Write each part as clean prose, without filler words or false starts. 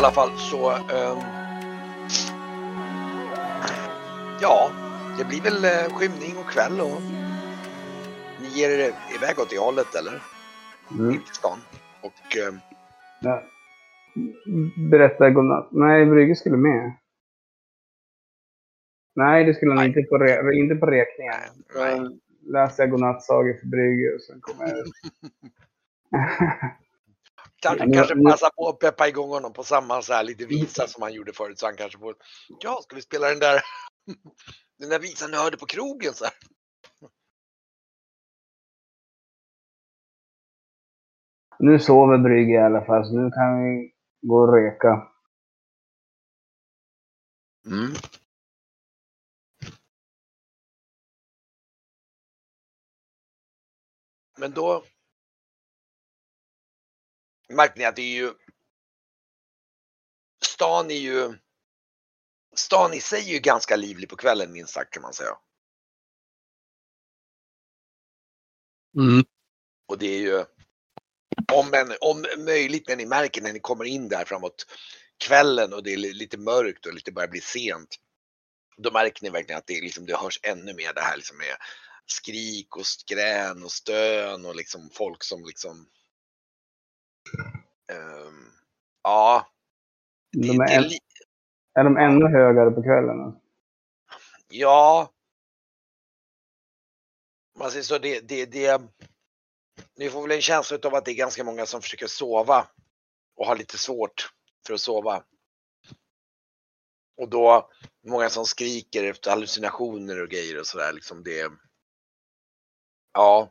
alla fall så ja, det blir väl skymning och kväll och ni ger er iväg åt det hållet eller? In till stan. Och Ja. Berätta godnatt. Nej, Brygge skulle med. Nej, det skulle han inte på räkningen. Nej. Läste jag godnattsagor för Brygge och sen kommer jag kanske passa på att peppa igång honom på samma så här lite visa som han gjorde förut, så han kanske får, ja, ska vi spela den där visan du hörde på krogen så här. Nu sover Brygge i alla fall, så nu kan vi gå och reka. Men då märkte ni att det är ju stan i sig är ju ganska livlig på kvällen, minst sagt, kan man säga. Och det är ju om möjligt när ni märker när ni kommer in där framåt kvällen och det är lite mörkt och lite börjar bli sent, då märker ni verkligen att det hörs ännu mer det här liksom med skrik och skrän och stön och liksom folk som liksom ja. Är de ännu högre på kvällen? Ja. Man säger så, ni får väl en känsla av att det är ganska många som försöker sova och har lite svårt för att sova. Och då många som skriker efter hallucinationer och grejer och sådär liksom det. Ja.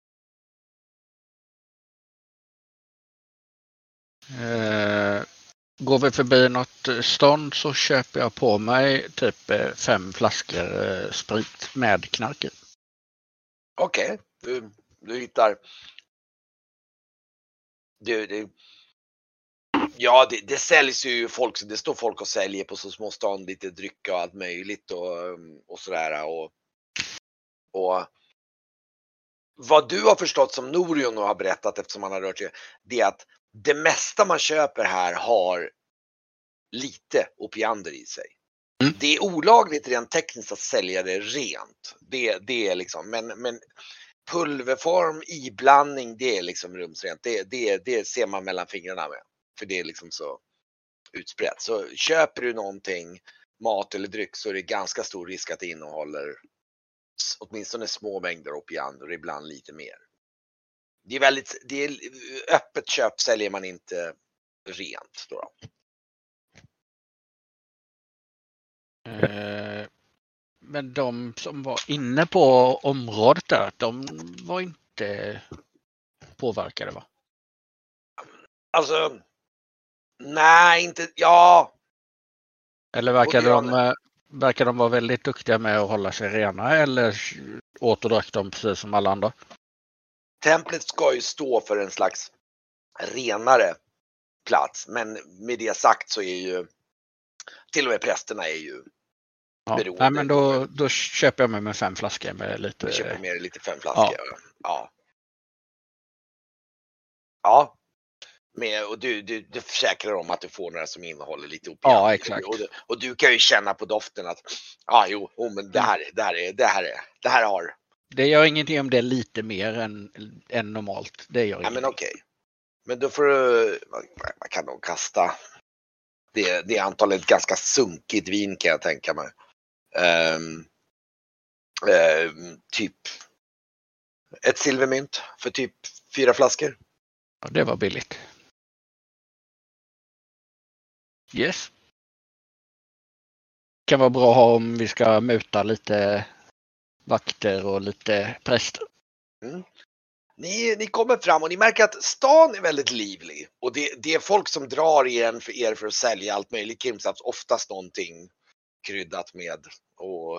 Går vi förbi något stånd så köper jag på mig typ 5 flaskor sprit med knark i. Okej, du hittar. Ja, det säljs ju folk, det står folk och säljer på så små stånd lite dryck och allt möjligt och sådär och vad du har förstått som Norion har berättat eftersom han har rört sig, det är att det mesta man köper här har lite opiander i sig. Det är olagligt rent tekniskt att sälja det rent. Det är liksom, men pulverform, iblandning, det är liksom rumsrent. Det ser man mellan fingrarna med. För det är liksom så utbrett. Så köper du någonting, mat eller dryck, så är det ganska stor risk att det innehåller åtminstone små mängder opiander och ibland lite mer. Det är öppet köp säljer man inte rent då. Men de som var inne på området där, de var inte påverkade, va? Alltså, nej, inte, ja. Eller verkar de vara väldigt duktiga med att hålla sig rena, eller åt och drack de precis som alla andra? Templet ska ju stå för en slags renare plats, men med det sagt så är ju till och med prästerna är ju beroende. Nej, men då köper jag med 5 flaskor med lite. Jag köper med lite 5 flaskor. Ja. Och du försäkrar om att du får några som innehåller lite opiater. Ja, exakt. Och du kan ju känna på doften att men det här har. Det gör ingenting om det är lite mer än normalt. Det gör ingenting. Men okej. Men då får du, man kan nog kasta. Det är antalet ganska sunkigt vin, kan jag tänka mig. Typ ett silvermynt för typ 4 flaskor. Ja, det var billigt. Yes. Kan vara bra att ha om vi ska muta lite vakter och lite präster. Ni kommer fram och ni märker att stan är väldigt livlig. Och det är folk som drar igen för er för att sälja allt möjligt krimsaft. Oftast någonting kryddat med och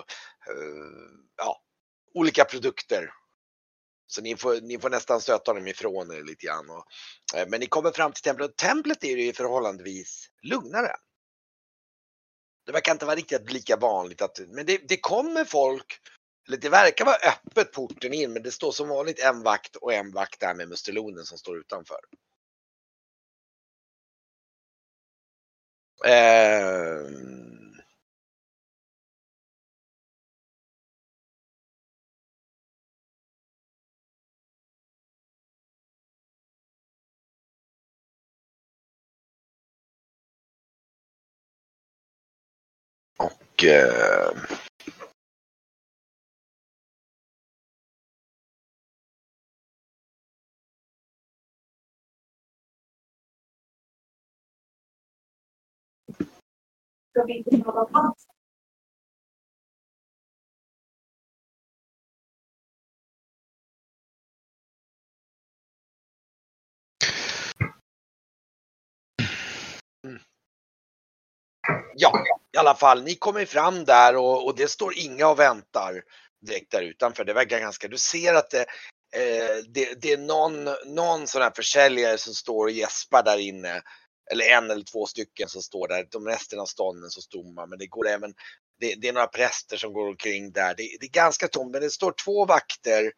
olika produkter. Så ni får nästan stöta dem ifrån er lite grann. Men ni kommer fram till templet. Och templet är ju förhållandevis lugnare. Det verkar inte vara riktigt lika vanligt. Men det kommer folk. Eller det verkar vara öppet porten in. Men det står som vanligt en vakt och en vakt där med mustelonen som står utanför. Och ja, i alla fall, ni kommer fram där och det står inga och väntar direkt där utanför. Det verkar ganska, du ser att det är någon sån här försäljare som står och gäspar där inne. Eller en eller två stycken som står där. De resten av stånden så stommar. Men det går även, det är några präster som går omkring där. Det är ganska tomt, men det står 2 vakter.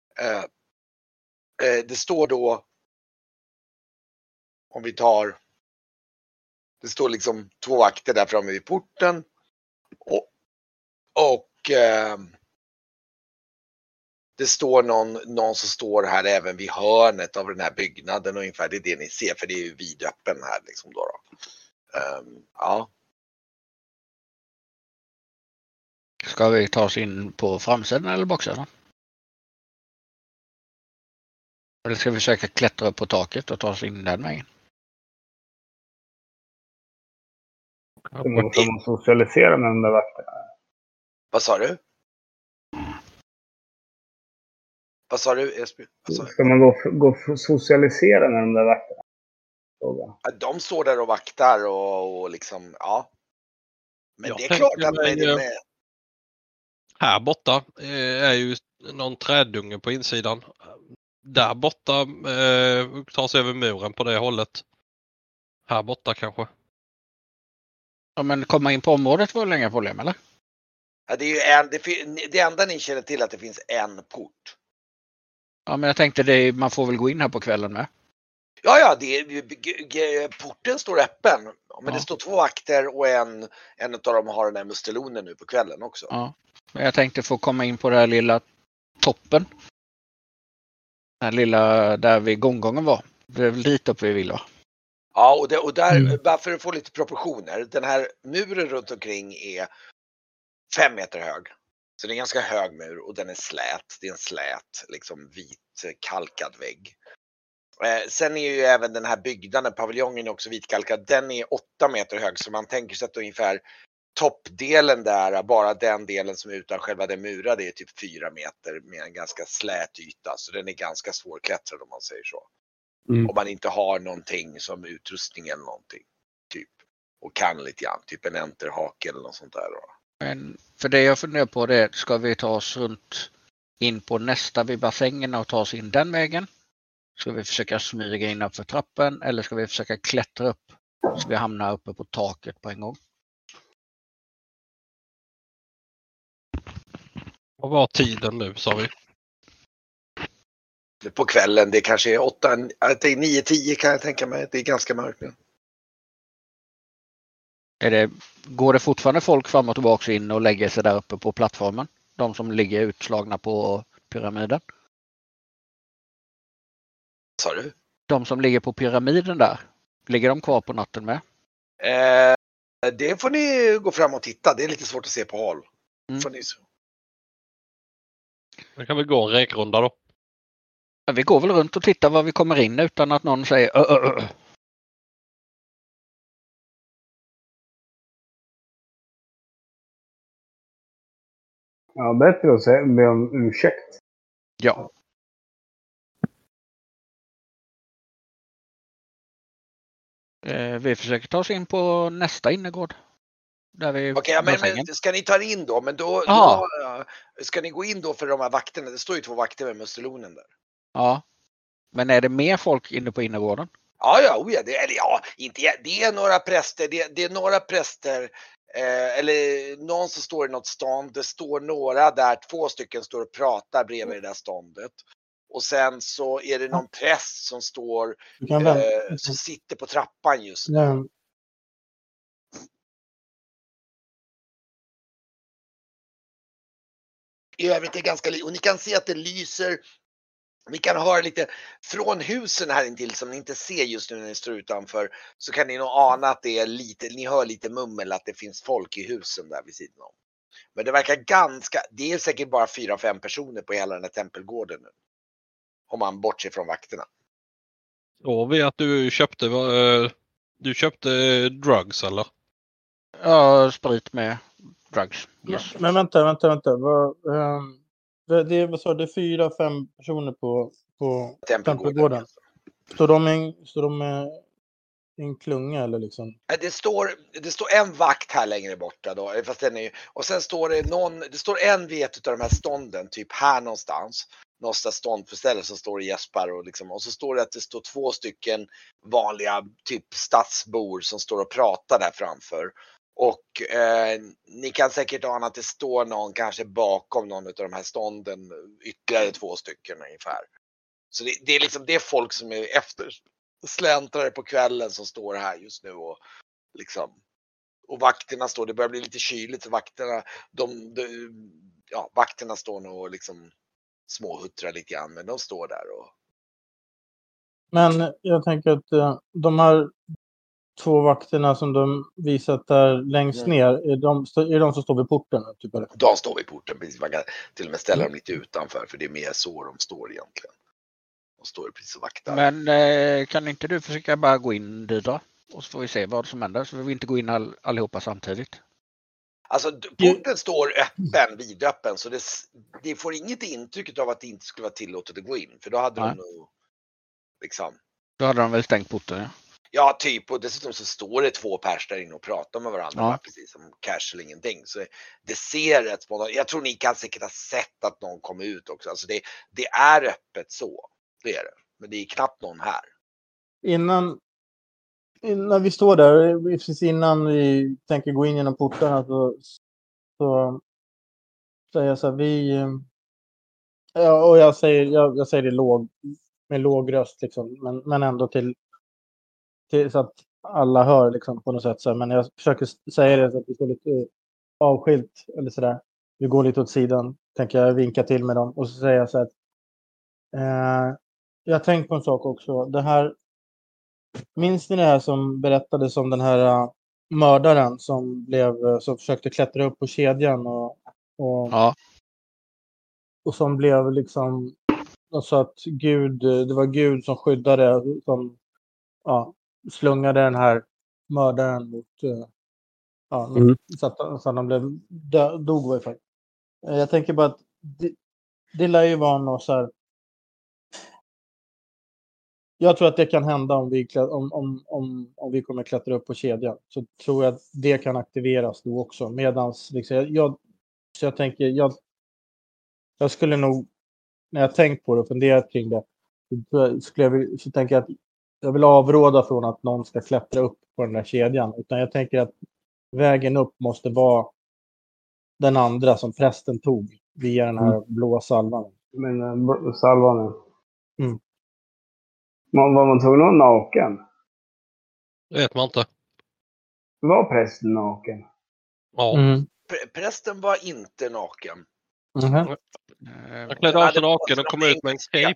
Det står då, om vi tar, det står liksom 2 vakter där framme vid porten. Och det står någon som står här även vid hörnet av den här byggnaden ungefär. Det är det ni ser, för det är ju vidöppen här liksom då. Ja. Ska vi ta oss in på framsidan eller baksidan? Eller ska vi försöka klättra upp på taket och ta oss in den vägen? Ska man socialisera med de där vakterna? Vad sa du? Vad sa du, Esby? Ska man gå socialisera med de där vakterna? De står där och vaktar och liksom, ja. Men jag det är klart att med... Här borta är ju någon trädunge på insidan. Där borta tar sig över muren på det hållet. Här borta kanske. Ja, men komma in på området var inga problem, eller? Ja, det är ju det enda ni känner till att det finns en port. Ja, men jag tänkte man får väl gå in här på kvällen med. Ja, porten står öppen. Men Ja. det står 2 vakter och en av dem har den här mustelonen nu på kvällen också. Ja, men jag tänkte få komma in på den här lilla toppen. Den här lilla där vid gånggången var. Det är väl dit upp vi vill, va? Ja, och där, bara för att få lite proportioner. Den här muren runt omkring är 5 meter hög. Så det är en ganska hög mur och den är slät. Det är en slät, liksom vit kalkad vägg. Sen är ju även den här byggnaden, paviljongen är också vitkalkad. Den är 8 meter hög, så man tänker sig att ungefär toppdelen där, bara den delen som är utan själva den murade, är typ 4 meter med en ganska slät yta. Så den är ganska svårklättrad om man säger så. Om man inte har någonting som utrustning eller någonting. Typ. Och kan lite grann, typ en enterhake eller något sånt där då. Men för det jag funderar på det är, ska vi ta oss runt in på nästa vid bassängen och ta oss in den vägen? Ska vi försöka smyga in upp för trappen eller ska vi försöka klättra upp så vi hamnar uppe på taket på en gång? Vad var tiden nu, sa vi? På kvällen, det kanske är 9-10 kan jag tänka mig. Det är ganska mörkt nu. Går det fortfarande folk fram och tillbaka in och lägger sig där uppe på plattformen? De som ligger utslagna på pyramiden? Sa du? De som ligger på pyramiden där, ligger de kvar på natten med? Det får ni gå fram och titta. Det är lite svårt att se på håll. Får ni så. Då kan vi gå en räkrunda då. Ja, vi går väl runt och tittar var vi kommer in utan att någon säger Ja, bättre att be om ursäkt. Ja. Vi försöker ta oss in på nästa innergård. Okej, men ska ni ta er in då? Men då ska ni gå in då för de här vakterna? Det står ju 2 vakter med mustelonen där. Ja. Men är det mer folk inne på innergården? Ja, det är några präster. Det är några präster. Eller någon som står i något stånd. Det står några där, 2 stycken står och pratar bredvid det där ståndet. Och sen så är det någon präst som står som sitter på trappan just nu. I övrigt är det ganska och ni kan se att det lyser. Vi kan höra lite från husen här intill som ni inte ser just nu när ni står utanför. Så kan ni nog ana att det är lite, ni hör lite mummel att det finns folk i husen där vid sidan om. Men det verkar det är säkert bara 4-5 personer på hela den här tempelgården nu. Om man bortser från vakterna. Då vet att du köpte drugs eller? Ja, sprit med drugs. Yes. Men vänta. Det är 4-5 personer på tempelgården. Står de i en klunga eller liksom? Det står en vakt här längre borta då, fast den är, och sen står det står en vid ett av de här stånden, typ här någonstans stånd för stället som står i Jesper och liksom, och så står det att det står 2 stycken vanliga typ stadsbor som står och pratar där framför. Och ni kan säkert ana att det står någon kanske bakom någon av de här stånden, ytterligare 2 stycken ungefär. Så det är liksom det är folk som är efter släntrare på kvällen som står här just nu och liksom, och vakterna står, det börjar bli lite kyligt så vakterna står nog och liksom småhuttrar lite grann, men de står där och. Men jag tänker att de här 2 vakterna som de visat där längst ner, är de som står vid porten? Typ, eller? De står vid porten, precis. Man kan till och med ställa dem lite utanför, för det är mer så de står egentligen. De står precis och vaktar. Men kan inte du försöka bara gå in dit då? Och så får vi se vad som händer, så vi vill inte gå in allihopa samtidigt. Alltså porten står öppen, vidöppen, så det får inget intryck av att det inte skulle vara tillåtet att gå in. För då hade de nog liksom. Då hade de väl stängt porten, ja. Ja, typ. Och dessutom så står det 2 pers där inne och pratar med varandra. Precis som cash eller ingenting. Så det ser rätt spontant. Jag tror ni kan säkert ha sett att någon kom ut också. Alltså det är öppet så. Det är det. Men det är knappt någon här. Innan vi står där, precis innan vi tänker gå in genom portarna så säger jag så här, och jag säger det med låg röst liksom, men ändå till så att alla hör liksom på något sätt så här, men jag försöker säga det så att vi står lite avskilt eller så där. Vi går lite åt sidan, tänker jag vinka till med dem och så säger jag så att jag har tänkt på en sak också. Det här, minns ni det här som berättades om den här mördaren som försökte klättra upp på kedjan och som blev liksom, alltså att det var Gud som skyddade, som slungade den här mördaren mot så att han dog var faktiskt. Jag tänker bara att det lär ju vara något så här. Jag tror att det kan hända om vi kommer klättra upp på kedjan, så tror jag att det kan aktiveras då också, medans liksom, jag tänker jag skulle nog, när jag tänkt på det och funderat kring det, så tänker jag att jag vill avråda från att någon ska klättra upp på den där kedjan, utan jag tänker att vägen upp måste vara den andra som prästen tog via den här blå salvan. Men salvan. Var man tvungen att vara naken? Det vet man inte. Var prästen naken? Ja. Prästen var inte naken. Han klädde av sig naken och kom ut med en cape.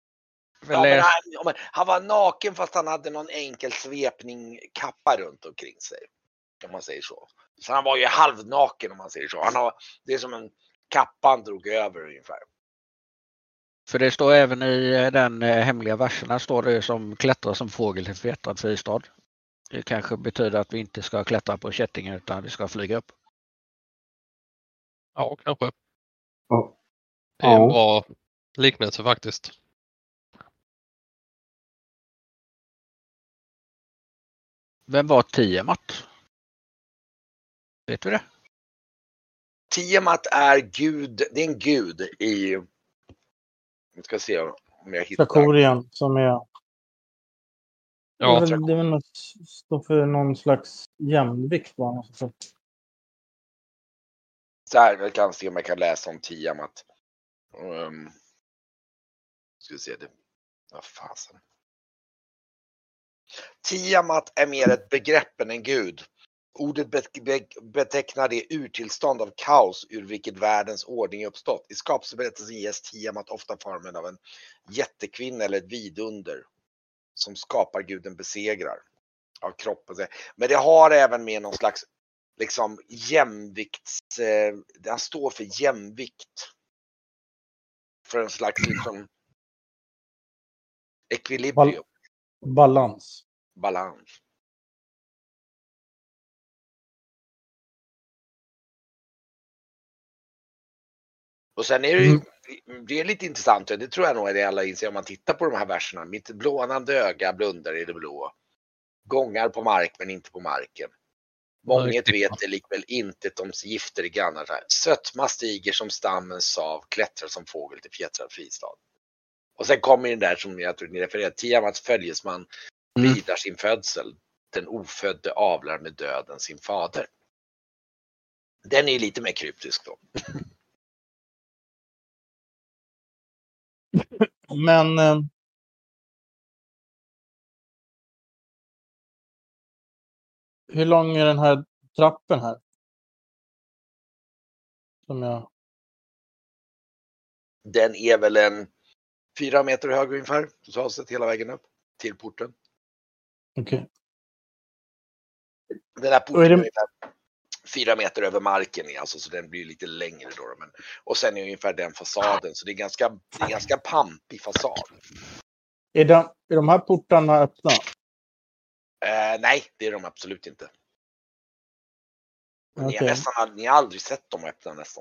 Han var naken fast han hade någon enkel svepning kappa runt omkring sig. Om man säger så. Så han var ju halvnaken om man säger så. Det är som en kappa han drog över ungefär. För det står även i den hemliga verserna står det som klättrar som fågel till fjättrad fristad. Det kanske betyder att vi inte ska klättra på kättingen utan vi ska flyga upp. Ja, kanske. Ja. Det är en bra liknelse faktiskt. Vem var Tiamat? Vet du det? Tiamat är gud, det är en gud i, jag ska se om jag hittar. Trakorien som är. Ja, det är väl något, står för någon slags jämvikt va? Så här, jag kan se om jag kan läsa om Tiamat. Ska vi se det. Vad fasen. Tiamat är mer ett begrepp än en gud. Ordet betecknar det urtillstånd av kaos ur vilket världens ordning uppstått. I skapelseberättelsen ges Tiamat ofta formen av en jättekvinna eller ett vidunder som skapar guden besegrar av kroppen. Men det har även med någon slags liksom jämvikts... Den står för jämvikt. För en slags liksom ekvilibrium. Balans. Balans. Och sen är det ju, det är lite intressant, det tror jag nog är det alla inser om man tittar på de här verserna. Mitt blånande öga blundar i det blå. Gångar på mark men inte på marken. Månget vet det likväl inte om gifter i grannar. Sötma stiger som stammens sav, klättrar som fågel till fjättrad fristad. Och sen kommer den där som jag tror ni refererar, Tiamats följesman vidar sin födsel. Den ofödde avlar med döden sin fader. Den är ju lite mer kryptisk då. Men hur lång är den här trappen här? Som jag... Den är väl en 4 meter hög ungefär. Totalt sett hela vägen upp till porten. Okej. Den här porten är ungefär 4 meter över marken. Alltså, så den blir lite längre då. Men, och sen är ungefär den fasaden. Så det är ganska pampig fasad. Är de här portarna öppna? Nej, det är de absolut inte. Okay. Ni har aldrig sett dem öppna nästan.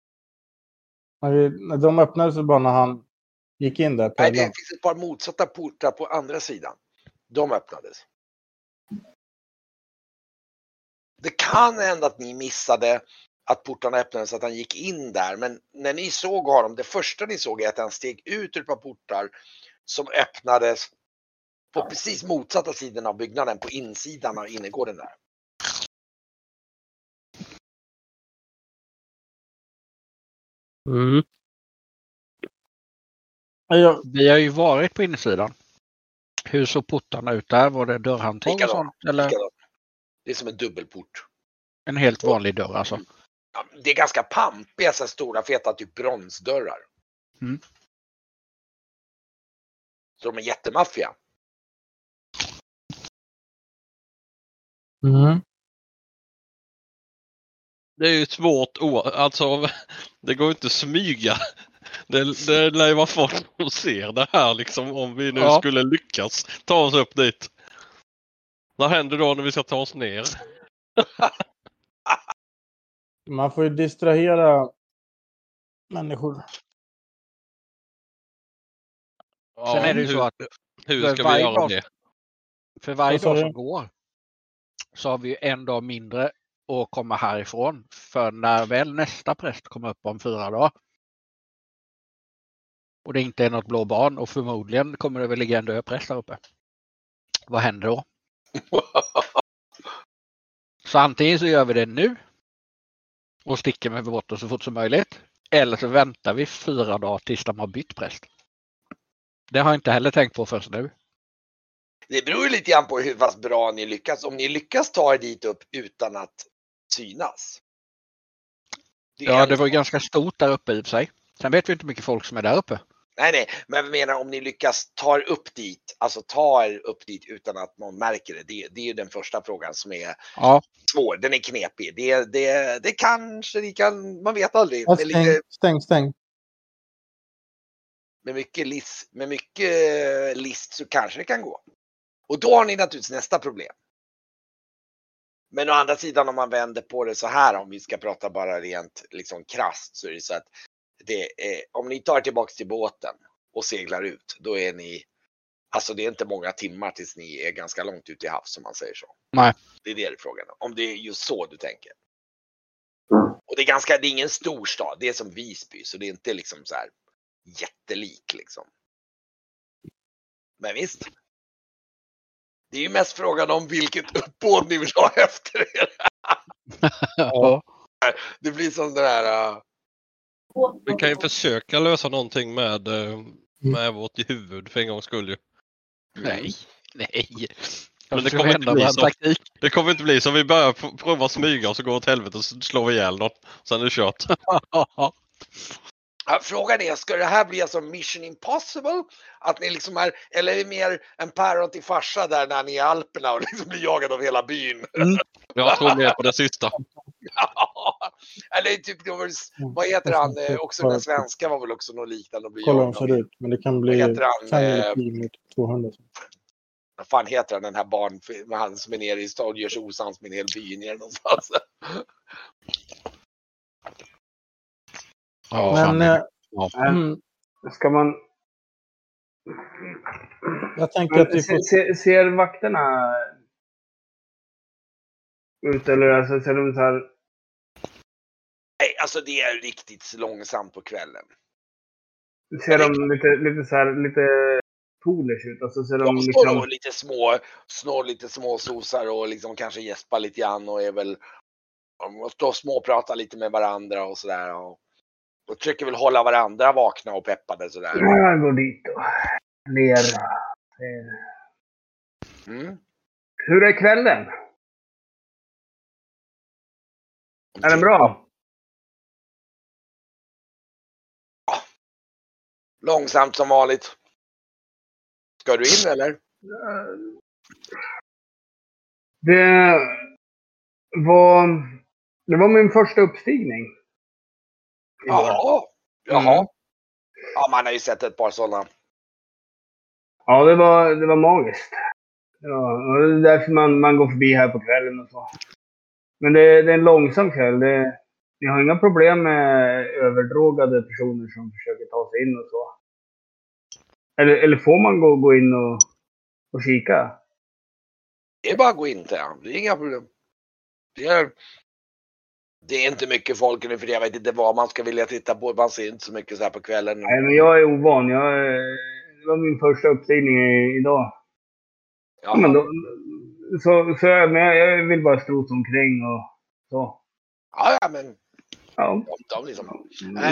De öppnades bara när han gick in där. Nej, det finns ett par motsatta portar på andra sidan. De öppnades. Det kan hända att ni missade att portarna öppnades så att han gick in där. Men när ni såg honom, det första ni såg är att han steg ut ur ett par portar som öppnades på precis motsatta sidan av byggnaden, på insidan av innergården där. Mm. Vi har ju varit på insidan. Hur såg portarna ut där? Var det dörrhandtag och sånt? Eller? Det är som en dubbelport. En helt vanlig dörr alltså? Ja, det är ganska pampiga, så stora feta typ bronsdörrar. Mm. Så de är jättemaffiga. Mm. Det är ju svårt, alltså det går inte att smyga. Det lär ju vara folk som ser det här liksom, om vi nu skulle lyckas ta oss upp dit. Vad händer då när vi ska ta oss ner? Man får ju distrahera människor. Ja, sen är det ju så att hur ska vi göra det? För varje dag som går så har vi en dag mindre att komma härifrån. För när väl nästa präst kommer upp om 4 dagar och det inte är något blå barn och förmodligen kommer det väl ligga en död präst där uppe. Vad händer då? Så antingen så gör vi det nu och sticker med båten så fort som möjligt. Eller så väntar vi 4 dagar tills de har bytt präst. Det har jag inte heller tänkt på först nu. Det beror ju lite grann på hur pass bra ni lyckas. Om ni lyckas ta er dit upp utan att synas. Det var ganska stort där uppe i och för sig. Sen vet vi inte hur mycket folk som är där uppe. Nej, men jag menar om ni lyckas ta er upp dit, alltså ta er upp dit utan att någon märker det. Det är ju den första frågan som är svår. Den är knepig. Det kanske ni kan, man vet aldrig. Stäng. Med mycket list så kanske det kan gå. Och då har ni naturligtvis nästa problem. Men å andra sidan om man vänder på det så här, om vi ska prata bara rent liksom krasst, så är det så att om ni tar tillbaka till båten och seglar ut, då är ni, alltså det är inte många timmar tills ni är ganska långt ut i havs, som man säger så. Nej. Det är det frågan om det är just så du tänker. Och det är ingen stor stad, det är som Visby, så det är inte liksom så här jättelik liksom. Men visst. Det är ju mest frågan om vilket uppbåd ni vill ha efter er. Ja. Det blir som det där. Vi kan ju försöka lösa någonting med vårt huvud för en gångs skull ju. Nej. Men det kommer inte bli så vi börjar prova smyga och så går det åt helvete och så slår vi ihjäl någon. Sen är det kört. Frågan är, ska det här bli alltså Mission Impossible? Att ni liksom är, eller är det mer en päron till farsa där när ni är i Alperna och liksom blir jagad av hela byn? Jag tror mer på det sista. Eller typ, vad heter han? Också den svenska var väl också något liknande. Kolla hur ser ut, men det kan bli mot 200. Vad fan heter han, den här barnfilmen, han som är nere i stad och gör sig osams med en hel by nere någonstans. Men ska man... Jag tänker att vi får... Ser vakterna ut eller alltså, ser de så här... Nej, alltså det är riktigt långsamt på kvällen. Ser de lite så här, lite foolish ut? Alltså ser de liksom... lite små, snår lite små sosar och liksom kanske gäspar lite grann och är väl... De står och småpratar lite med varandra och sådär. Och försöker väl hålla varandra vakna och peppade sådär. Jag går dit och ler. Hur är kvällen? Är den bra? Ja. Långsamt som vanligt. Ska du in eller? Det var min första uppstigning. Jaha. Ja, man har ju sett ett par sådana. Ja, det var magiskt. Ja, och det är därför man går förbi här på kvällen och så. Men det är en långsam kväll. Ni har inga problem med överdrogade personer som försöker ta sig in och så. Eller får man gå in och kika? Det är bara att gå in till han. Det är inga problem. Det är inte mycket folk nu för jag vet inte vad man ska vilja titta på. Man ser inte så mycket så här på kvällen. Nej, men jag är ovan. Det var min första uppstigning idag. Ja, men då, men jag vill bara strosa omkring och så. Ja, men... Ja. De liksom...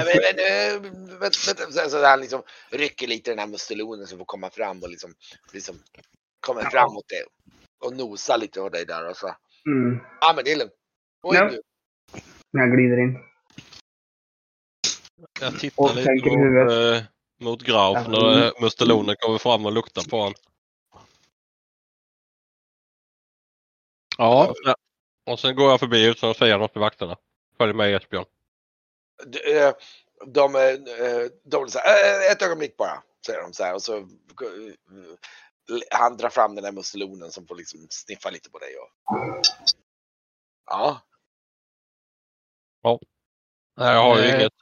Så han liksom rycker lite den här mustelonen som får komma fram och liksom kommer fram mot det. Och nosa lite av dig där och så. Ja, men det är lugnt. Jag glider in. Jag tittar lite mot Graf när mustelonen kommer fram och luktar på honom. Ja. Och sen går jag förbi utan att säga något till vakterna. Följ med Esbjörn. De så här, ett ögonblick bara, säger de så här. Och så han drar fram den där mustelonen som får liksom sniffa lite på dig. Ja. Ja. Nej, jag har ju inget.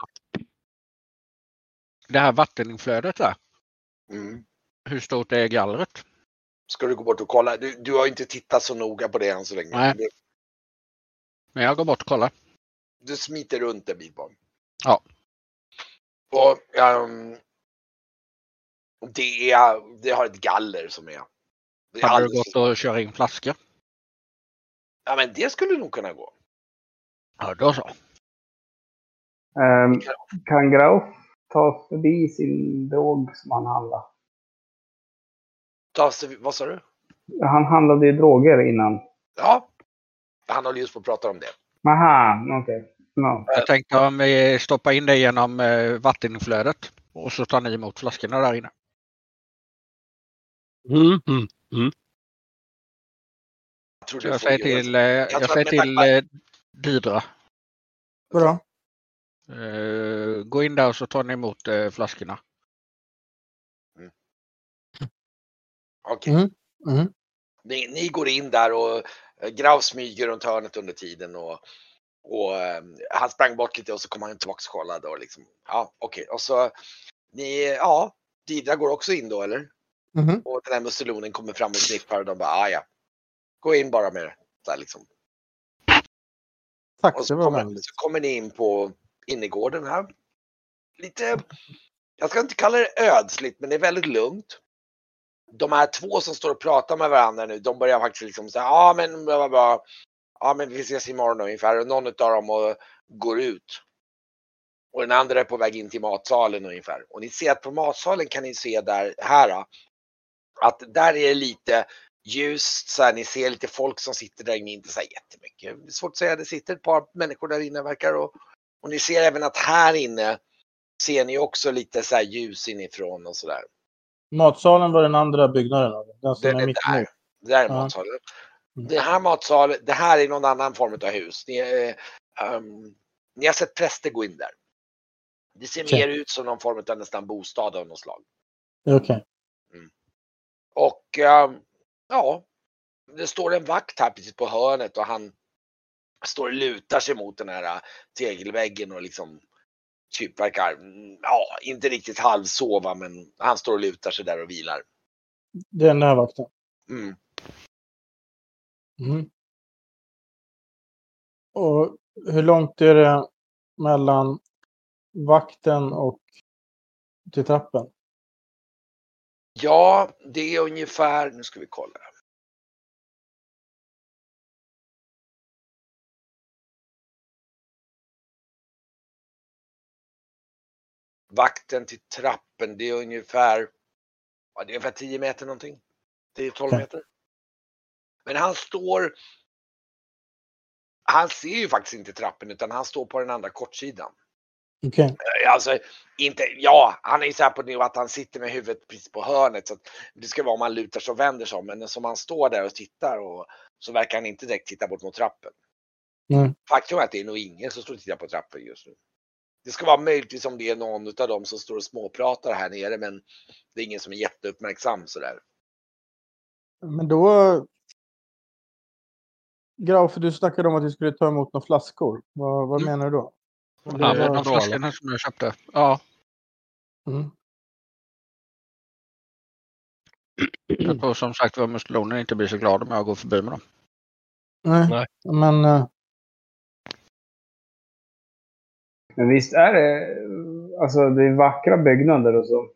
Det här vatteninflödet där. Hur stort är gallret? Ska du gå bort och kolla? Du har inte tittat så noga på det än så länge. Nej. Men jag går bort och kollar. Du smiter runt en bit på. Ja. Och det har ett galler som är. Har du gått och köra in flaskor? Ja, men det skulle nog kunna gå. Ja, då så. Kan Graf ta förbi sin drog som han handlar? Vad sa du? Han handlade ju droger innan. Ja. Han håller just på att prata om det. Aha, okej. Okay. No. Jag tänkte om vi stoppar in det genom vatteninflödet och så tar ni emot flaskorna där inne. Jag säger till Didra. Bra. Gå in där och så tar ni emot flaskorna. Okej. Ni går in där och Graf smyger runt hörnet under tiden och han sprang bort lite och så kom han tillbaka och kollade och liksom, ja okej. Och så Didra går också in då eller? Och den här mustelonen kommer fram och sniffar och de bara, ja. Gå in bara med det. Så här, liksom. Tack, och så kommer ni in på innergården här. Lite, jag ska inte kalla det ödsligt, men det är väldigt lugnt. De här två som står och pratar med varandra nu, de börjar faktiskt liksom säga, ja men vi ses imorgon ungefär. Och någon av dem går ut. Och den andra är på väg in till matsalen ungefär. Och ni ser att på matsalen kan ni se här att där är det lite ljust. Så här, ni ser lite folk som sitter där inne, inte så här jättemycket. Det är svårt att säga, det sitter ett par människor där inne verkar. Och ni ser även att här inne ser ni också lite så här ljus inifrån och sådär. Matsalen var den andra byggnaden. Den som Den är är mitt där. emot. Det där är Ja. matsalen. Det här matsalen, det här är någon annan form av hus. Ni har sett präster gå in där. Det ser Okej. mer ut som någon form av nästan bostad av något slag. Okej. Och ja, det står en vakt här precis på hörnet och han står och lutar sig mot den här tegelväggen och liksom typ verkar, inte riktigt halvsova, men han står och lutar sig där och vilar. Det är den här vakten. Mm. Mm. Och hur långt är det mellan vakten och till trappen? Ja, det är ungefär, nu ska vi kolla. Vakten till trappen, det är ungefär 10 meter någonting. 10-12 Okej. meter. Men han ser ju faktiskt inte trappen utan han står på den andra kortsidan. Okej. Alltså, han är ju så här på nivå att han sitter med huvudet precis på hörnet. Så att det ska vara om man lutar sig och vänder sig om. Men som han står där och tittar och så verkar han inte direkt titta bort mot trappen. Mm. Faktum är att det är nog ingen som står och tittar på trappen just nu. Det ska vara möjligtvis om det är någon av dem som står och småpratar här nere, men det är ingen som är jätteuppmärksam sådär. Men då... Graf, du snackade om att vi skulle ta emot några flaskor. Vad menar du då? Ja, men de flaskorna som jag köpte. Ja. Mm. Jag tror som sagt att muskelonen inte blir så glad om jag går förbi med dem. Nej. Men... Men visst är det, alltså det är vackra byggnader och så.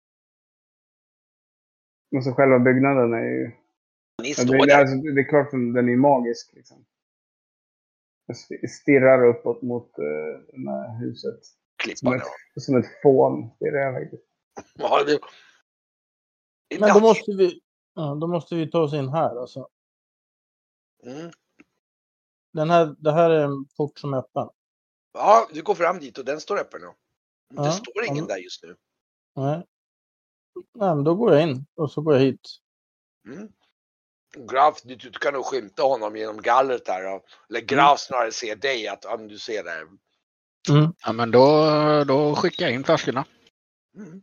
Och så själva byggnaden är ju... Ni står där. Alltså, det är klart att den är magisk liksom. Jag stirrar uppåt mot det här huset. Klippan, Som ett fån. Det är det faktiskt. Ja, Men då måste vi ta oss in här alltså. Mm. Det här är en port som är öppen. Ja, du går fram dit och den står öppen nu. Det Ja, står ingen där just nu. Nej, men då går jag in och så går jag hit. Mm. Graf, du kan nog skymta honom genom gallret där. Eller Graf snarare ser dig, att om du ser där. Mm. Ja, men då skickar jag in flaskorna. Mm.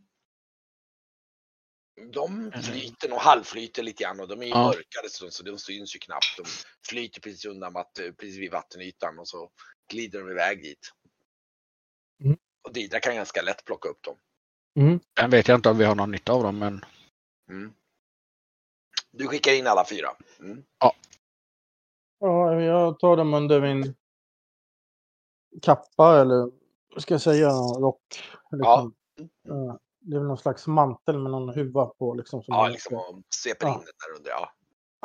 De flyter och halvflyter lite grann och de är ju mörkade så de syns ju knappt. De flyter precis undan precis vid vattenytan och så glider de iväg dit. Mm. Och Didra kan ganska lätt plocka upp dem. Mm. Sen vet jag inte om vi har någon nytta av dem, men... Mm. Du skickar in alla 4. Mm. Ja, jag tar dem under min kappa eller ska jag säga rock. Liksom. Ja. Det är väl någon slags mantel med någon huva på. Liksom, som Ja, liksom och sveper in den där under. Ja.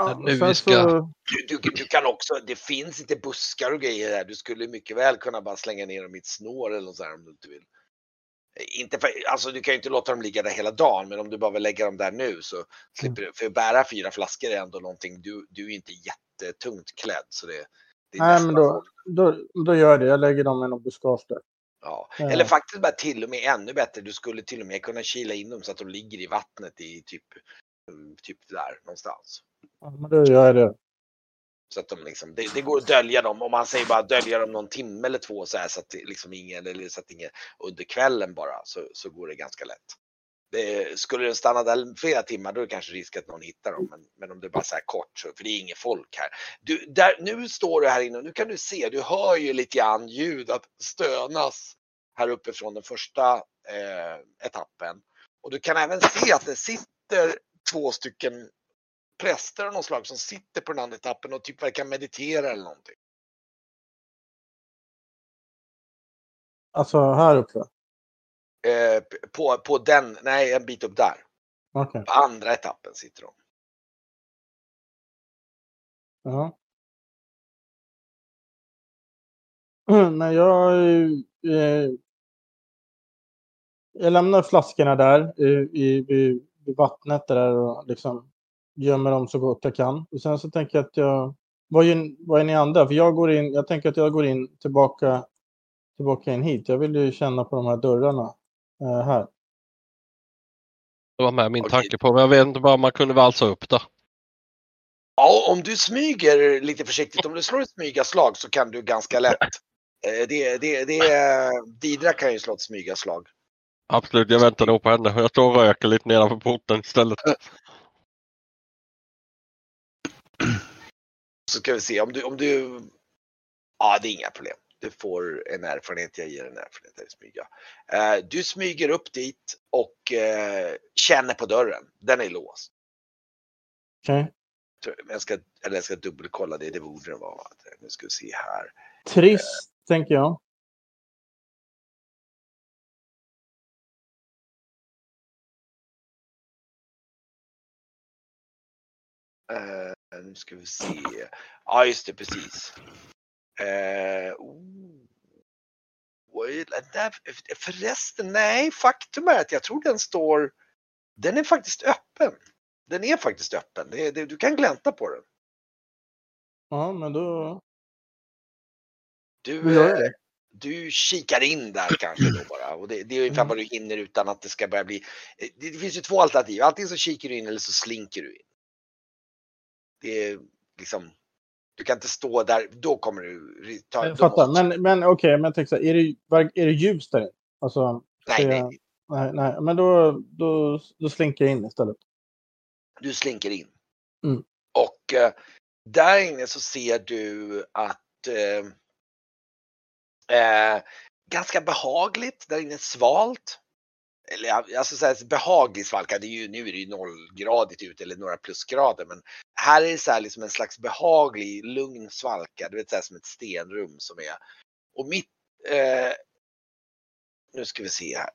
Du kan också, det finns inte buskar och grejer där. Du skulle mycket väl kunna bara slänga ner dem i ett snår eller så här om du inte vill. Alltså du kan ju inte låta dem ligga där hela dagen, men om du bara vill lägga dem där nu så slipper du. För att bära 4 flaskor är ändå någonting, du är inte jättetungt klädd så det är nej, men då gör jag det. Jag lägger dem i någon buskage där. Ja. Eller faktiskt bara till och med ännu bättre. Du skulle till och med kunna kila in dem så att de ligger i vattnet i typ där någonstans. Ja, men då gör jag det. Så att de liksom, det går att dölja dem. Om man säger bara dölja dem någon timme eller 2 så här så att liksom ingen under kvällen bara så går det ganska lätt. Skulle den stanna där flera timmar då är det kanske risk att någon hittar dem. Men om det bara så här kort för det är inget folk här. Nu står du här inne och nu kan du se, du hör ju lite grann ljud att stönas här uppe från den första etappen. Och du kan även se att det sitter 2 stycken präster av någon slag som sitter på den andra etappen och typ verkar meditera eller någonting. Alltså här uppe? På den, nej en bit upp där. Okay. På andra etappen sitter de. Ja. Nej, jag lämnar flaskorna där i vattnet där och liksom gömmer dem så gott jag kan. Och sen så tänker jag att vad är ni andra? För jag tänker att jag går in tillbaka in hit. Jag vill ju känna på de här dörrarna här. Det var med min tanke på, men jag vet inte bara om man kunde valsa upp där. Ja, om du smyger lite försiktigt, om du slår ett smygaslag så kan du ganska lätt. Didra kan ju slå ett smygaslag. Absolut, jag väntar nog på henne. Jag står och röker lite nedanför porten istället. Så ska vi se, om du... Ja, det är inga problem. Du får en erfarenhet, jag ger en erfarenhet här i smyga. Du smyger upp dit och känner på dörren. Den är låst. Okej. Jag ska dubbelkolla det, det borde det vara. Nu ska vi se här. Trist, tänker jag. Nu ska vi se. Ja, just det, precis. Förresten, nej, faktum är att jag tror den är faktiskt öppen. Den är faktiskt öppen. Du kan glänta på den. Ja, men då... Du kikar in där kanske då bara. Och det är ungefär vad du hinner utan att det ska börja bli... Det finns ju två alternativ. Antingen så kikar du in eller så slinker du in. Det är liksom... Du kan inte stå där, då kommer du ta... Jag fattar, men okej, men jag tänker så här, är det ljus där? Alltså, nej, men då slinker jag in istället. Du slinker in. Mm. Och där inne så ser du att ganska behagligt, där inne svalt. Eller alltså så här, behaglig svalka, nu är det ju 0-gradigt ut eller några plusgrader, men här är det så här liksom en slags behaglig, lugn svalka, du vet så här som ett stenrum som är. Och mitt, nu ska vi se här,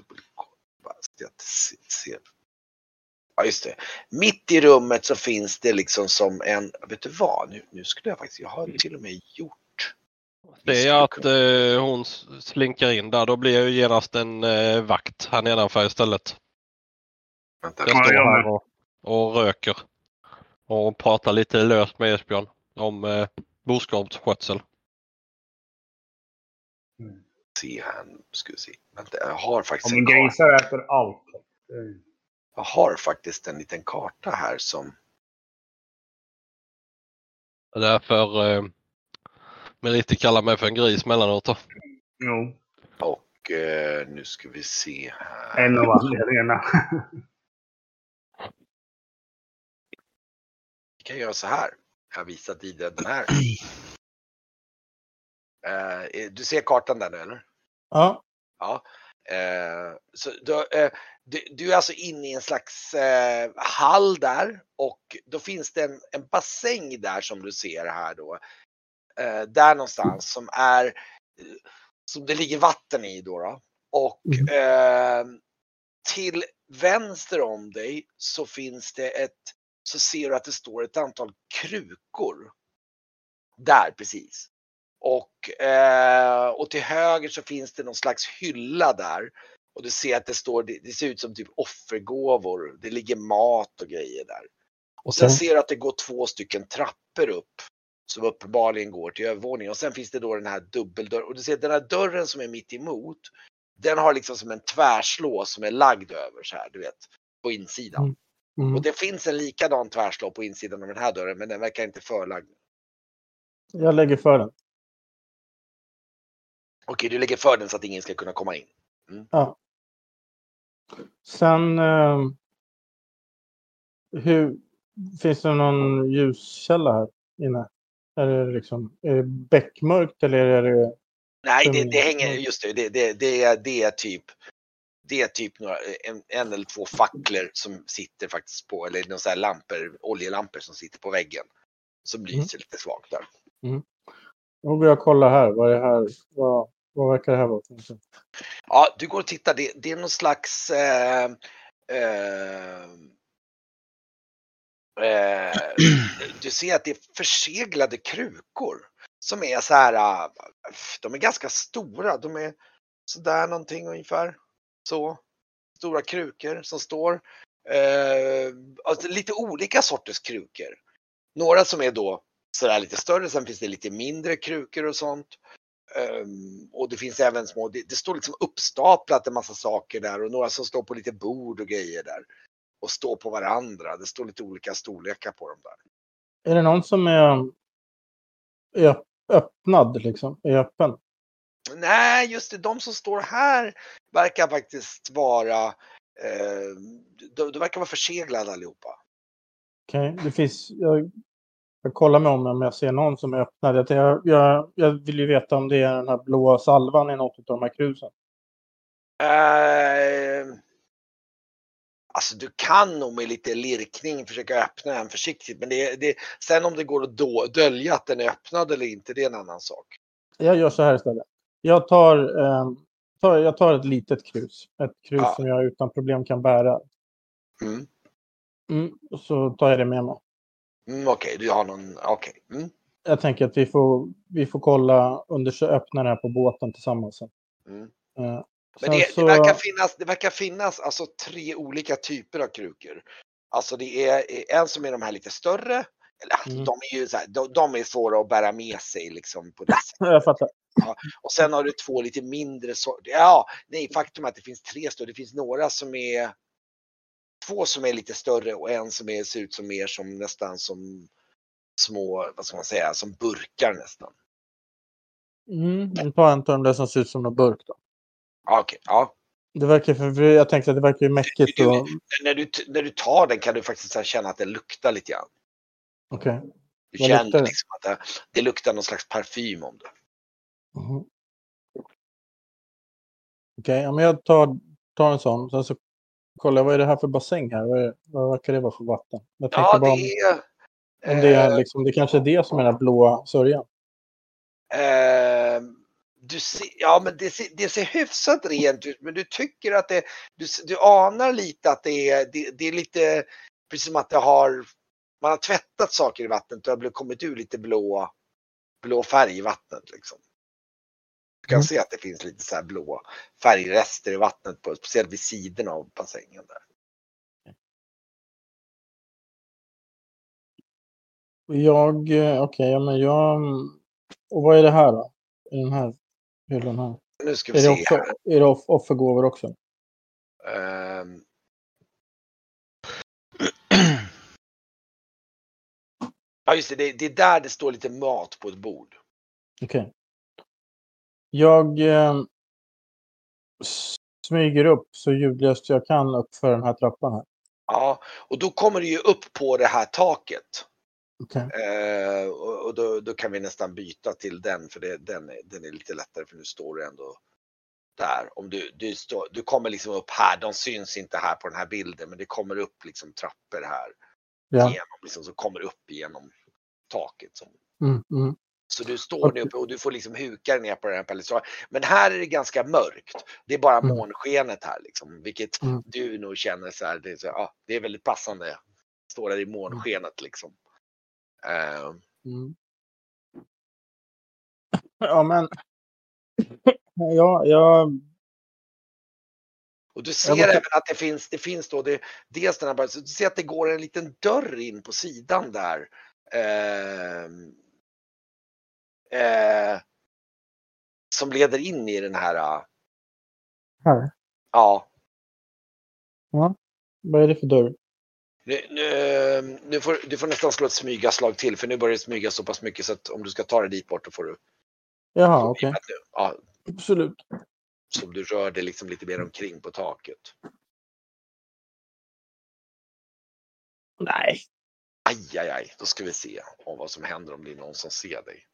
ja just det, mitt i rummet så finns det liksom som en, vet du vad, nu skulle jag har till och med gjort. Det är att hon slinkar in där. Då blir jag ju genast en vakt här nedanför istället. Vänta, jag står här och röker. Och pratar lite löst med Esbjörn om boskapsskötsel. Se här, ska vi se. Vänta, jag har faktiskt en grisar äter allt. Jag har faktiskt en liten karta här som... Därför Meriti kallar mig för en gris mellanåt då. Jo. Och nu ska vi se här. En av anledningarna. Vi kan göra så här. Jag har visat vidare den här. Du ser kartan där nu, eller? Ja. Ja. Så du är alltså inne i en slags hall där. Och då finns det en bassäng där som du ser här då. Där någonstans som det ligger vatten i då. Och till vänster om dig så finns det så ser du att det står ett antal krukor. Där precis. Och till höger så finns det någon slags hylla där. Och du ser att det ser ut som typ offergåvor. Det ligger mat och grejer där. Och sen ser du att det går 2 stycken trappor upp. Som uppenbarligen går till övervåningen. Och sen finns det då den här dubbeldörren. Och du ser att den här dörren som är mitt emot. Den har liksom som en tvärslå som är lagd över så här, du vet. På insidan. Och det finns en likadan tvärslå på insidan av den här dörren. Men den verkar inte förlagd. Jag lägger för den. Okej, du lägger för den så att ingen ska kunna komma in. Ja. Sen... finns det någon ljuskälla här inne? Är det bäckmörkt eller är det... Nej, det hänger just det är typ en eller 2 facklor som sitter faktiskt på, eller någon sån här oljelampor som sitter på väggen som lyser lite svagt där. Då går jag kolla här. Vad är det här? Vad verkar det här vara? Ja, du går och tittar. Det är någon slags du ser att det är förseglade krukor som är så här, de är ganska stora, de är så där någonting ungefär, så stora krukor som står Alltså lite olika sorters krukor. Några som är då sådär lite större, sen finns det lite mindre krukor och sånt. Och det finns även små, det står liksom uppstaplat en massa saker där och några som står på lite bord och grejer där. Och står på varandra. Det står lite olika storlekar på dem där. Är det någon som är öppnad liksom? Är öppen? Nej, just det. De som står här verkar faktiskt vara de verkar vara förseglade allihopa. Okej, det finns... Jag kollar mig om jag ser någon som är öppnad. Jag vill ju veta om det är den här blåa salvan i något av de här krusen. Alltså du kan nog med lite lirkning försöka öppna den försiktigt. Men sen om det går att dölja att den är öppnad eller inte, det är en annan sak. Jag gör så här istället. Jag tar ett litet krus. Ett krus som jag utan problem kan bära. Och så tar jag det med mig. Okej, du har någon... Okej. Jag tänker att vi får kolla öppna det här på båten tillsammans. Men det verkar finnas alltså 3 olika typer av krukor. Alltså det är en som är de här lite större. Eller de är ju så här, de är svåra att bära med sig liksom på det sättet. Jag fattar. Ja, och sen har du 2 lite mindre faktum är att det finns 3 större. Det finns några som är 2 som är lite större och en som ser ut som mer som nästan som små, vad ska man säga, som burkar nästan. Ta en av de där som ser ut som en burk då. Okej, ja. Det verkar jag tänkte att det verkar ju mäckigt. När du tar den kan du faktiskt så känna att det luktar lite grann. Okej. Du känner liksom att det luktar någon slags parfym om det. Okej, men jag tar en sån. Sen så kollar vad är det här för bassäng här? Vad verkar det vara för vatten? Jag Ja, bara om det är liksom, det kanske är det som är den blåa sörjan. Men det ser hyfsat rent ut, men du tycker att du anar lite att det är lite precis som att man har tvättat saker i vattnet och det har kommit ur lite blå färg i vattnet liksom. Du kan se att det finns lite så här blå färgrester i vattnet speciellt vid sidorna av bassängen där. Och vad är det här då? I den här hyllan här? Nu ska vi se här. Är det offergåvor också? Ja just det är där det står lite mat på ett bord. Okej. Jag smyger upp så ljudlöst jag kan upp för den här trappan här. Ja, och då kommer du ju upp på det här taket. Okay. Och då kan vi nästan byta till den för den är lite lättare för nu står du ändå där. Om du kommer liksom upp här, de syns inte här på den här bilden men det kommer upp liksom trappor här genom liksom, så kommer upp igenom taket. Så du står uppe och du får liksom huka ner på den här palissaden. Men här är det ganska mörkt. Det är bara månskenet här liksom, vilket du nog känner så här, det är väldigt passande. Står där i månskenet liksom. Ja men och du ser även att det finns då dels den här, så du ser att det går en liten dörr in på sidan där. Som leder in i den här. Här? Ja. Ja. Vad är det för dörr? Nu du får nästan slå ett smygaslag till för nu börjar det smyga så pass mycket så att om du ska ta dig dit bort då får du. Jaha, okej. Ja. Absolut. Så du rör dig liksom lite mer omkring på taket. Nej. Aj. Då ska vi se om vad som händer om det är någon som ser dig.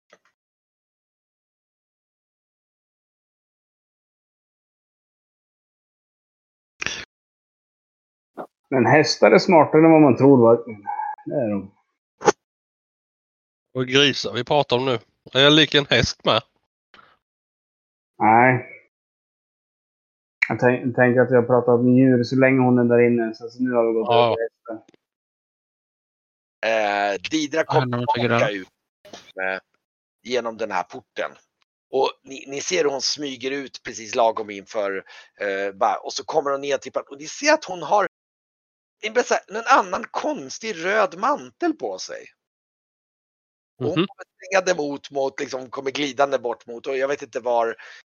Men hästar är smartare än vad man tror. Va? Det är de. Och grisar vi pratar om nu. Är jag lik en häst med? Nej. Jag tänker att jag pratar om djur så länge hon är där inne. Så nu har vi gått över hästar. Didra kommer tillbaka ut genom den här porten. Och ni ser hon smyger ut precis lagom inför och så kommer hon ner till och ni ser att hon har en annan konstig röd mantel på sig. Och hon kommer springande mot liksom kommer glidande bort mot och jag vet inte var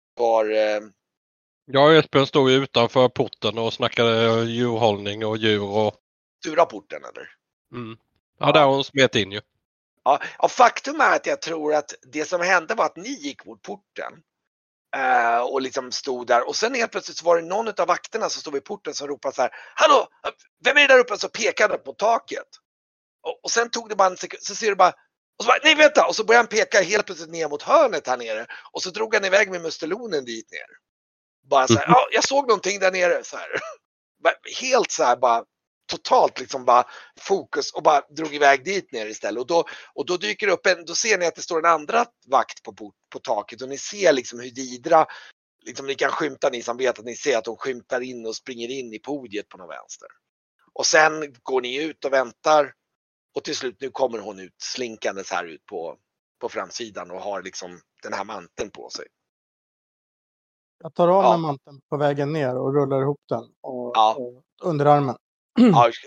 Jag och Esbjörn stod ju utanför porten och snackade djurhållning och djur och... sura porten eller? Ja, där hon smet in ju. Ja, faktum är att jag tror att det som hände var att ni gick mot porten. Och liksom stod där och sen helt plötsligt så var det någon av vakterna som stod vid porten som ropade så här: hallå, vem är det där uppe? Så pekade på taket. Och sen tog det bara en sekund, så ser du bara, och så bara, nej vänta, och så började han peka helt plötsligt ner mot hörnet här nere och så drog han iväg med mustelonen dit ner. Bara så här, ja, jag såg någonting där nere så här. Helt så här bara totalt liksom bara fokus och bara drog iväg dit ner istället och då dyker det upp då ser ni att det står en andra vakt på taket och ni ser liksom hur Didra liksom ni kan skymta, ni som vet att ni ser att de skymtar in och springer in i podiet på någon vänster. Och sen går ni ut och väntar och till slut nu kommer hon ut slinkandes här ut på framsidan och har liksom den här manteln på sig. Jag tar av mig manteln på vägen ner och rullar ihop den och under armen. Ja, just det.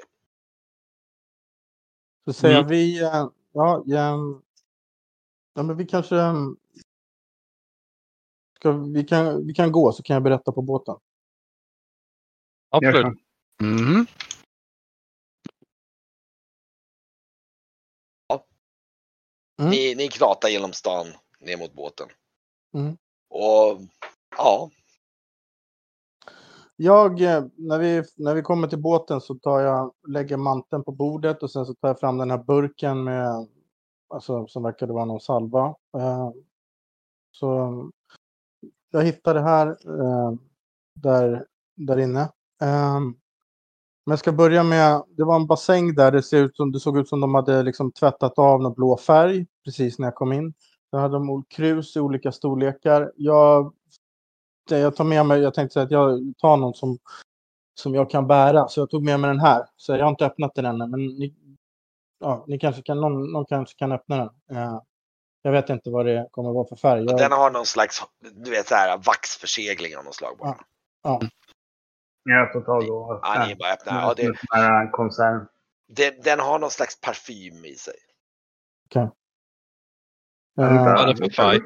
Så säger vi, men vi kanske vi kan gå så kan jag berätta på båten. Absolut. Ni knatar genom stan ner mot båten. Och när vi kommer till båten så lägger manteln på bordet och sen så tar jag fram den här burken med, alltså, som verkade vara någon salva. Så jag hittade det här där inne. Men jag ska börja med, det var en bassäng där det såg ut som de hade liksom tvättat av någon blå färg precis när jag kom in. Sen hade de krus i olika storlekar. Jag tar med mig, jag tänkte säga att jag tar någon som jag kan bära. Så jag tog med mig den här. Så jag har inte öppnat den ännu. Men ni kanske kan, någon kanske kan öppna den. Jag vet inte vad det kommer vara för färg. Den har någon slags, du vet så här, vaxförsegling av något slag bara. Ja. Jag får ta då. Ja, ni bara öppna. Ja, den har någon slags parfym i sig. Okej. Vad är det för färg?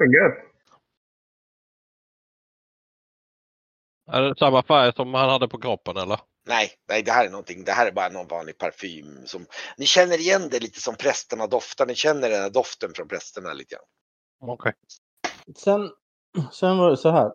Är det samma färg som han hade på kroppen eller? Nej, det här är någonting. Det här är bara någon vanlig parfym som ni känner igen det lite som prästerna doftar. Ni känner den här doften från prästerna lite grann. Okej. Sen var det så här.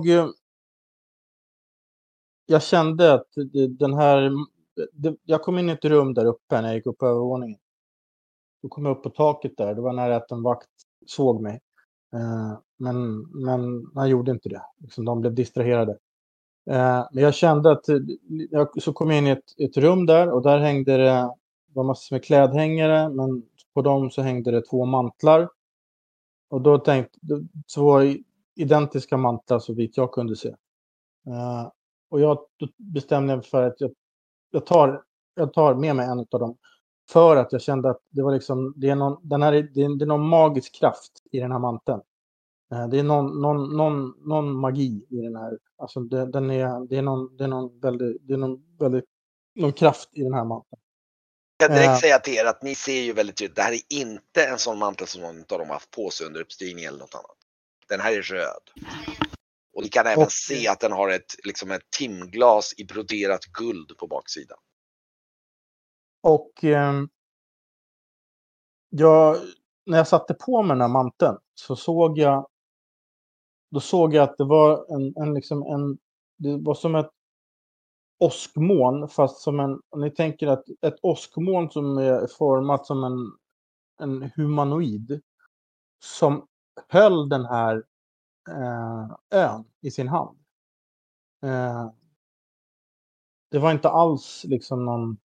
Jag kände att den här jag kom in i ett rum där uppe när jag gick upp på övervåningen. Då kom jag upp på taket där. Det var när en vakt såg mig. Men han gjorde inte det. Liksom, de blev distraherade. Men jag kände att så kom jag in i ett rum där och där hängde det var massor med klädhängare, men på dem så hängde det 2 mantlar. Och då tänkte 2 identiska mantlar så vitt jag kunde se. Och då bestämde jag för att jag tar med mig en av dem för att jag kände att det var liksom det är någon magisk kraft i den här manteln. Det är någon magi i den här. Alltså det är någon kraft i den här manteln. Jag kan direkt säga till er att ni ser ju väldigt tydligt. Det här är inte en sån mantel som någon av dem har haft på sig under uppstigning eller något annat. Den här är röd. Och ni kan även se att den har ett timglas i broderat guld på baksidan. Och när jag satte på mig den här manteln så såg jag att det var det var som ett åskmoln, fast om ni tänker att ett åskmoln som är format som en humanoid som höll den här ön i sin hand. Det var inte alls liksom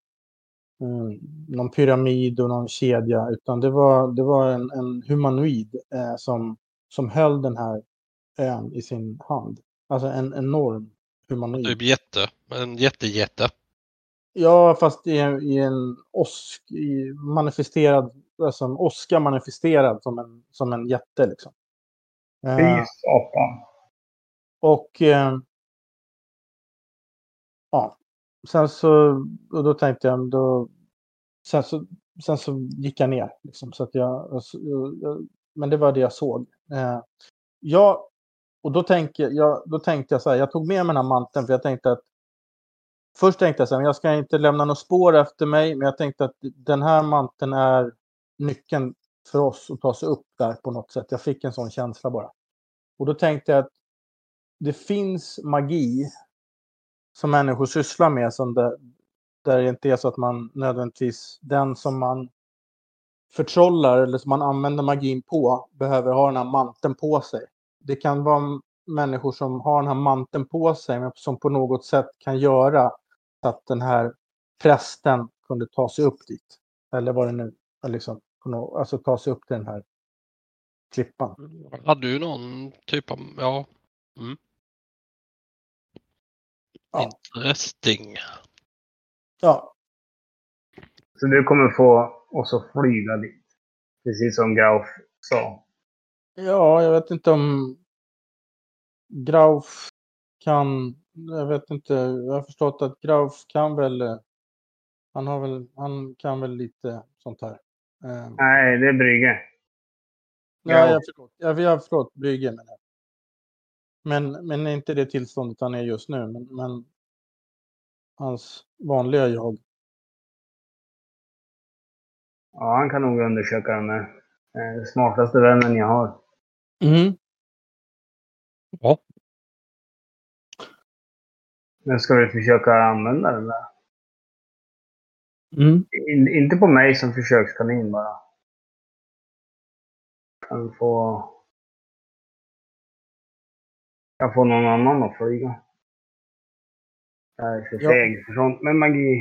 någon pyramid och någon kedja, utan det var en humanoid som höll den här ön i sin hand. Alltså en enorm humanoid. Typ en jätte. Ja, fast i en manifesterad, alltså en åska manifesterad som en jätte liksom. Fy satan. Och sen så, och då tänkte jag, sen så gick jag ner. Liksom, så att men det var det jag såg. Och då tänkte jag så här, jag tog med mig den här manteln för jag tänkte att först tänkte jag så här, jag ska inte lämna något spår efter mig, men jag tänkte att den här manteln är nyckeln för oss att ta sig upp där på något sätt. Jag fick en sån känsla bara. Och då tänkte jag att det finns magi som människor sysslar med som där det inte är så att man nödvändigtvis, den som man förtrollar eller som man använder magin på behöver ha den här manteln på sig. Det kan vara människor som har den här manteln på sig men som på något sätt kan göra så att den här prästen kunde ta sig upp dit. Eller vad det nu liksom, alltså ta sig upp till den här klippan. Hade du någon typ av, ja. Interesting. Ja. Så du kommer få oss att flyga dit. Precis som Grauf sa. Ja, jag vet inte om Grauf kan, jag vet inte, jag har förstått att Grauf kan väl, han kan väl lite sånt här. Nej, det är Brygge. Ja, jag har förstått Brygge med det. Men inte det tillståndet han är just nu, men hans vanliga jag. Ja, han kan nog undersöka den där. Smartaste vännen jag har. Mm. Ja. Men ska vi försöka använda den där? Mm. Inte på mig som försökskanin bara. Kan få någon annan att flyga. Jag är för feg för sånt med magi.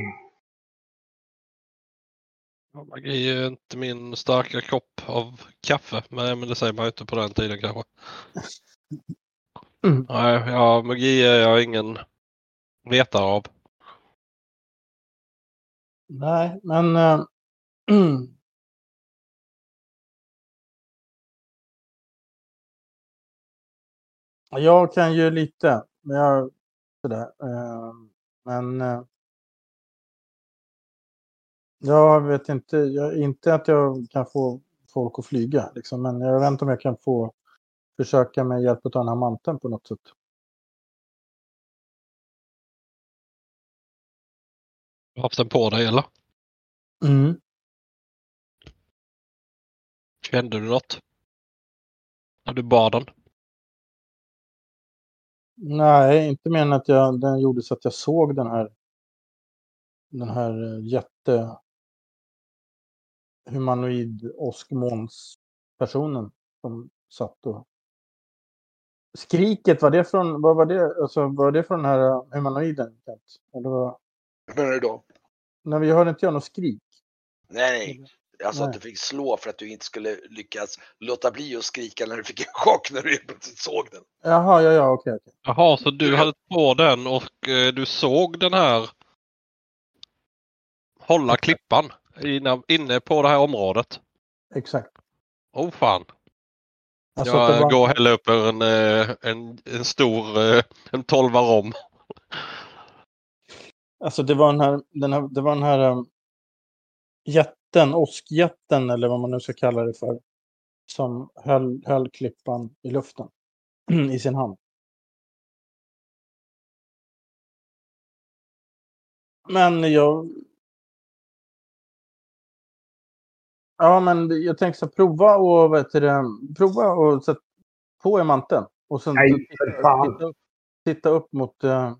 Ja, magi är inte min starka kopp av kaffe. Men det säger man inte på den tiden kanske. Nej, ja, magi är jag ingen vetare av. Nej, men jag kan ju lite, men jag vet inte, inte att jag kan få folk att flyga liksom, men jag vet inte om jag kan få försöka med hjälp av den här manteln på något sätt. Har du haft den på dig eller? Mm. Kände du något? När du bar den? Nej, inte mer än att den gjorde så att jag såg den här jätte humanoid åskmånspersonen som satt och skriket, vad var det? Alltså, var det från den här humanoiden? Eller vad? Vad menar du då? Nej, vi hörde inte något skrik. Nej. Alltså Nej. att du fick slå för att du inte skulle lyckas låta bli att skrika när du fick en chock när du plötsligt såg den. Jaha, ja, okej. Jaha, så du hade på den och du såg den här hålla klippan inne på det här området? Exakt. Oh fan. Alltså, Jag går hellre upp en stor en 12 rom. Alltså det var den här jätten, åskjätten eller vad man nu ska kalla det för, som höll klippan i luften i sin hand. Men jag tänkte så prova och sätta på i manteln och sen titta upp mot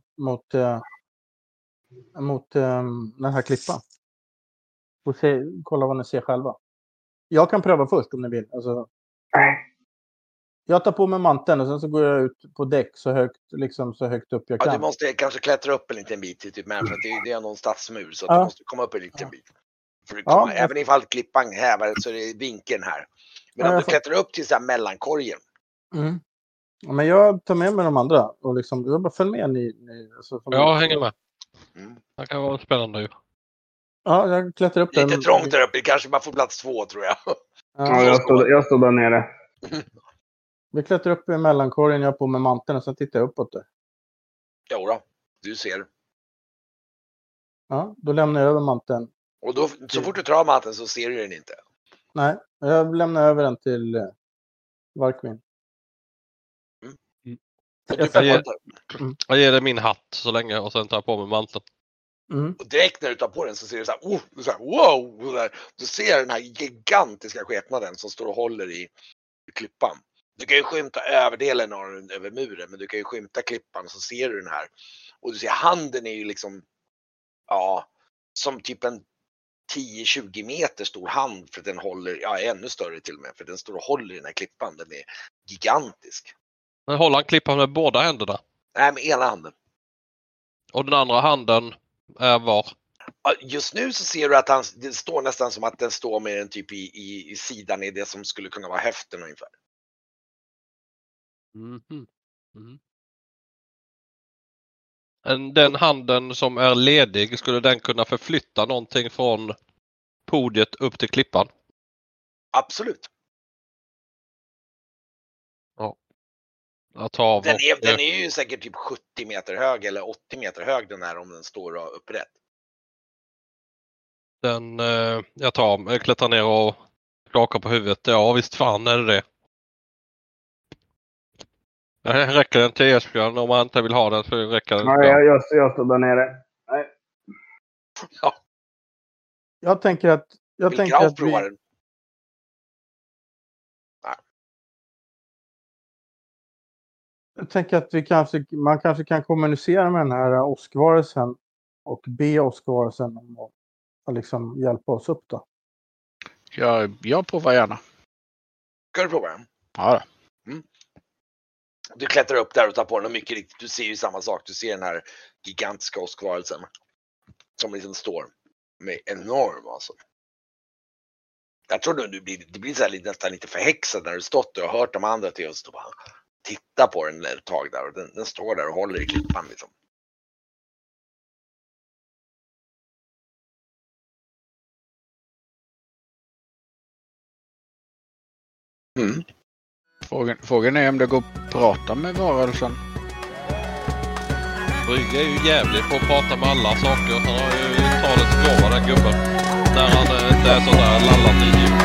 den här klippan. Och kolla vad ni ser själva. Jag kan pröva först om ni vill. Alltså, jag tar på mig manteln och sen så går jag ut på däck så högt upp jag kan. Ja, du måste kanske klättra upp en liten bit typ med, för att det är någon stadsmur så att du måste komma upp en liten bit. För även ifall klippan hävar så är det vinkeln här. Men om du klättrar upp till så här mellankorgen. Mm. Ja, men jag tar med mig de andra och liksom, jag bara följ med ni alltså, jag hänger med. Det kan vara spännande ju. Ja, jag klättrar upp där. Lite trångt där uppe, kanske bara får plats 2 tror jag. Ja, jag stod där nere. Vi klättrar upp i mellankorgen, jag på med manteln och sen tittar jag uppåt där. Jo då, du ser. Ja, då lämnar jag över manteln. Och då, så fort du drar manteln så ser du den inte. Nej, jag lämnar över den till Varkmin. Jag ger dig min hatt så länge och sen tar jag på mig manteln. Och direkt när du tar på den så ser du så här, wow! Du ser den här gigantiska skepnaden som står och håller i klippan. Du kan ju skymta överdelen av den över muren, men du kan ju skymta klippan så ser du den här. Och du ser handen är ju liksom, ja, som typ en 10-20 meter stor hand, för den håller, ja, ännu större till och med, för den står och håller i den här klippan. Den är gigantisk. Men håller han klippan med båda händerna? Nej, med ena handen. Och den andra handen är var? Just nu så ser du att det står nästan som att den står med en typ i sidan i det som skulle kunna vara höften ungefär. Den handen som är ledig, skulle den kunna förflytta någonting från podiet upp till klippan? Absolut. Ja. Den är ju säkert typ 70 meter hög eller 80 meter hög den här, om den står upprätt. Jag klättrar ner och skakar på huvudet. Ja, visst fan är det. Jag räcker den till Esbjörn. Om han inte vill ha den så räcker den. Nej, jag står där nere. Nej. Ja. Jag tänker att man kanske kan kommunicera med den här åskvarelsen och be åskvarelsen om att liksom hjälpa oss upp då. Jag provar gärna. Ska du prova den? Ja. Du klättrar upp där och tar på den, och mycket riktigt, du ser ju samma sak. Du ser den här gigantiska åskvarelsen som liksom står med enorm, alltså. Jag tror du blir så här nästan lite förhäxad när du stått och hört de andra till oss och bara titta på den ett tag där, och den står där och håller i klippan liksom. Frågan är om det går att prata med varelsen. Brygge är ju jävligt på att prata med alla saker. Han har ju talets gåva, den gubben. När han inte är sådär lallande i